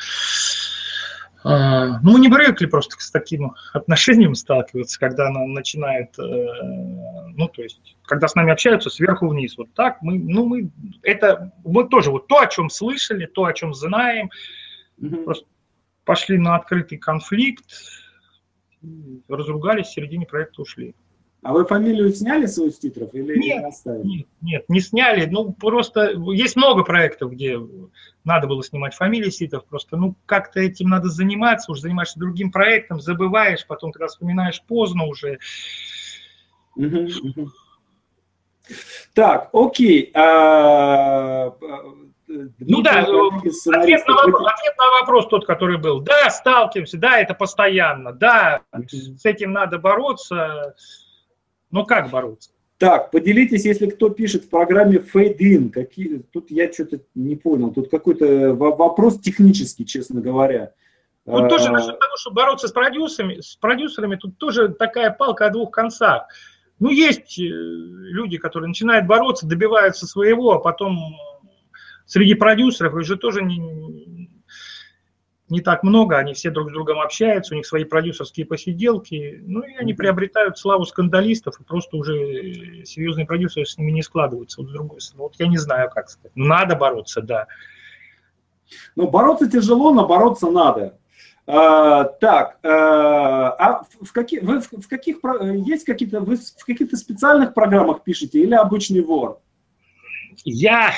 э, ну, мы не привыкли просто с таким отношением сталкиваться, когда она начинает, э, ну, то есть, когда с нами общаются сверху вниз. Вот так мы, ну, мы, это, мы тоже вот то, о чем слышали, то, о чем знаем, mm-hmm. просто пошли на открытый конфликт, разругались, в середине проекта ушли. А вы фамилию сняли свою с титров или нет, не оставили? Нет, нет, не сняли. Ну, просто есть много проектов, где надо было снимать фамилии с титров. Просто, ну, как-то этим надо заниматься, уже занимаешься другим проектом, забываешь, потом, когда вспоминаешь, поздно уже. Угу, угу. Так, окей. А... Ну да, ответ на, вопрос, ответ на вопрос тот, который был. Да, сталкиваемся, да, это постоянно, да, mm-hmm. с этим надо бороться, но как бороться? Так, поделитесь, если кто пишет в программе Fade In, какие, тут я что-то не понял, тут какой-то вопрос технический, честно говоря. Вот тоже насчет того, чтобы бороться с продюсерами, с продюсерами, тут тоже такая палка о двух концах. Ну, есть люди, которые начинают бороться, добиваются своего, а потом... Среди продюсеров их же тоже не, не так много, они все друг с другом общаются, у них свои продюсерские посиделки, ну и они приобретают славу скандалистов, и просто уже серьезные продюсеры с ними не складываются. Вот, с другой стороны, вот я не знаю, как сказать. Надо бороться, да. Ну, бороться тяжело, но бороться надо. А, так, а, а в, каких, вы в, в каких, есть какие-то, вы в каких-то специальных программах пишете или обычный вор? Я...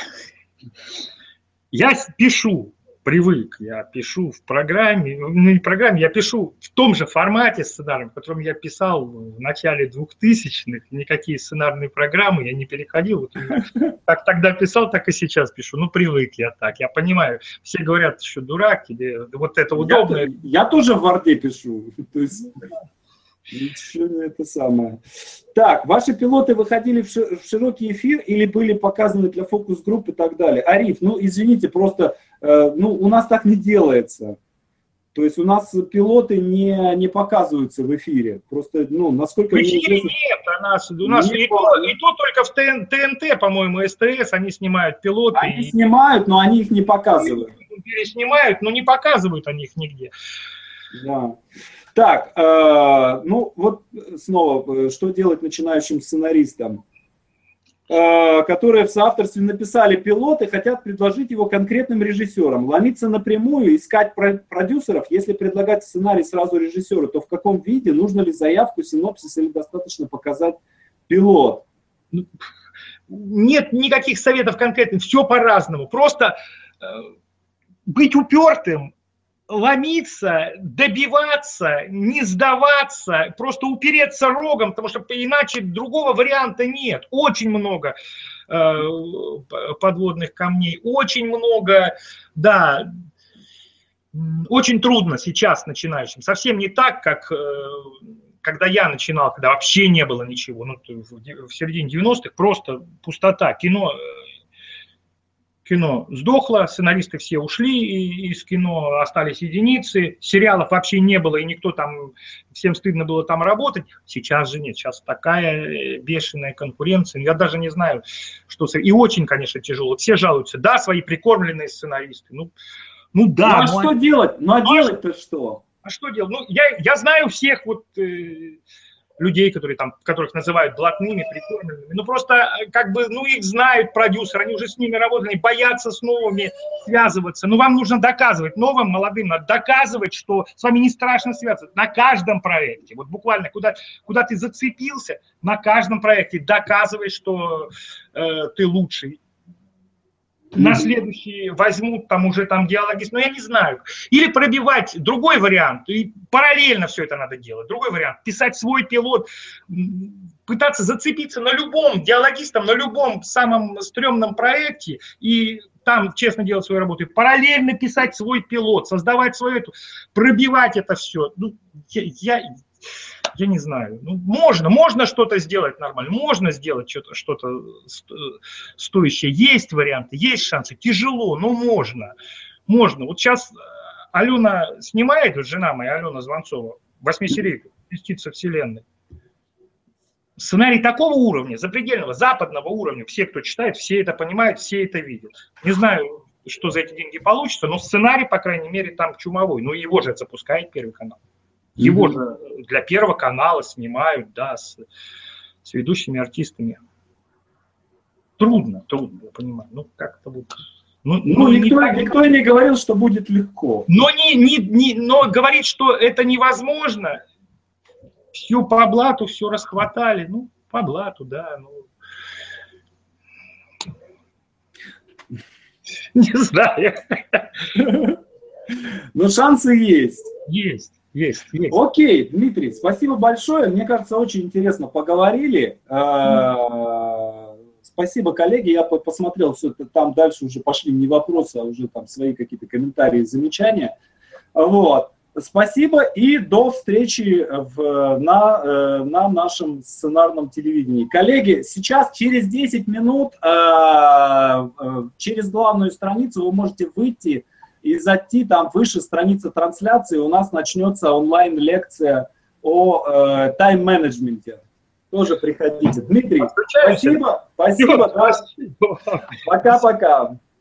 Я пишу, привык, я пишу в программе, ну не в программе, я пишу в том же формате сценария, в котором я писал в начале двухтысячных, никакие сценарные программы я не переходил, вот как тогда писал, так и сейчас пишу, ну привык я так, я понимаю, все говорят, что дурак, тебе вот это удобно. Я, я тоже в Word пишу, то есть... Ничего не это самое. Так, ваши пилоты выходили в широкий эфир или были показаны для фокус-групп и так далее? Ариф, ну извините, просто э, ну, у нас так не делается. То есть у нас пилоты не, не показываются в эфире. Просто, ну, насколько... В эфире известно... нет, у нас, у нас и, то, и то только в ТНТ, по-моему, СТС, они снимают пилоты. Они и... снимают, но они их не показывают. Переснимают, но не показывают они их нигде. Да. Так, э, ну вот снова, что делать начинающим сценаристам, э, которые в соавторстве написали пилот и хотят предложить его конкретным режиссерам. Ломиться напрямую, искать продюсеров, если предлагать сценарий сразу режиссеру, то в каком виде, нужно ли заявку, синопсис или достаточно показать пилот? Нет никаких советов конкретных, все по-разному. Просто э, быть упертым, ломиться, добиваться, не сдаваться, просто упереться рогом, потому что иначе другого варианта нет. Очень много э, подводных камней, очень много, да, очень трудно сейчас начинающим. Совсем не так, как э, когда я начинал, когда вообще не было ничего. Ну, в, в середине девяностых просто пустота. Кино... Кино сдохло, сценаристы все ушли из кино, остались единицы, сериалов вообще не было, и никто там, всем стыдно было там работать. Сейчас же нет, сейчас такая бешеная конкуренция, я даже не знаю, что... И очень, конечно, тяжело. Все жалуются, да, свои прикормленные сценаристы, ну, ну да. Ну а ну, что а... делать? Ну а, а делать-то что? А что делать? Ну, я, я знаю всех вот... Э, людей, которые там, которых называют блатными, прикормленными. Ну, просто, как бы, ну, их знают продюсеры, они уже с ними работали, они боятся с новыми связываться. Ну, вам нужно доказывать, новым, молодым, надо доказывать, что с вами не страшно связываться на каждом проекте. Вот буквально, куда, куда ты зацепился, на каждом проекте доказывай, что э, ты лучший. На следующий возьмут там уже там диалогист, но я не знаю. Или пробивать, другой вариант, и параллельно все это надо делать. Другой вариант, писать свой пилот, пытаться зацепиться на любом диалогистом, на любом самом стрёмном проекте и там честно делать свою работу. И параллельно писать свой пилот, создавать свою эту, пробивать это все. Ну, я, я, я не знаю. Ну, можно, можно что-то сделать нормально, можно сделать что-то, что-то стоящее. Есть варианты, есть шансы. Тяжело, но можно. Можно. Вот сейчас Алена снимает, вот жена моя, Алена Звонцова, восьмисерийку «Частица вселенной». Сценарий такого уровня, запредельного, западного уровня. Все, кто читает, все это понимают, все это видят. Не знаю, что за эти деньги получится, но сценарий, по крайней мере, там чумовой. Ну, его же запускает Первый канал. Его же для Первого канала снимают, да, с, с ведущими артистами. Трудно, трудно, я понимаю. Ну, как-то вот... Ну, ну, никто, не никто не говорил, что будет легко. Но, не, не, не, но говорит, что это невозможно. Все по блату, все расхватали. Ну, по блату, да. Ну... Не знаю. Но шансы есть. Есть. Есть, есть. Окей, Дмитрий, спасибо большое. Мне кажется, очень интересно поговорили. Mm. Спасибо, коллеги. Я посмотрел, все это там дальше уже пошли не вопросы, а уже там свои какие-то комментарии, замечания. Вот. Спасибо и до встречи в, на, на нашем сценарном телевидении. Коллеги, сейчас через десять минут через главную страницу вы можете выйти и зайти там выше страницы трансляции, у нас начнется онлайн-лекция о э, тайм-менеджменте. Тоже приходите. Дмитрий, спасибо. Спасибо. Пока-пока.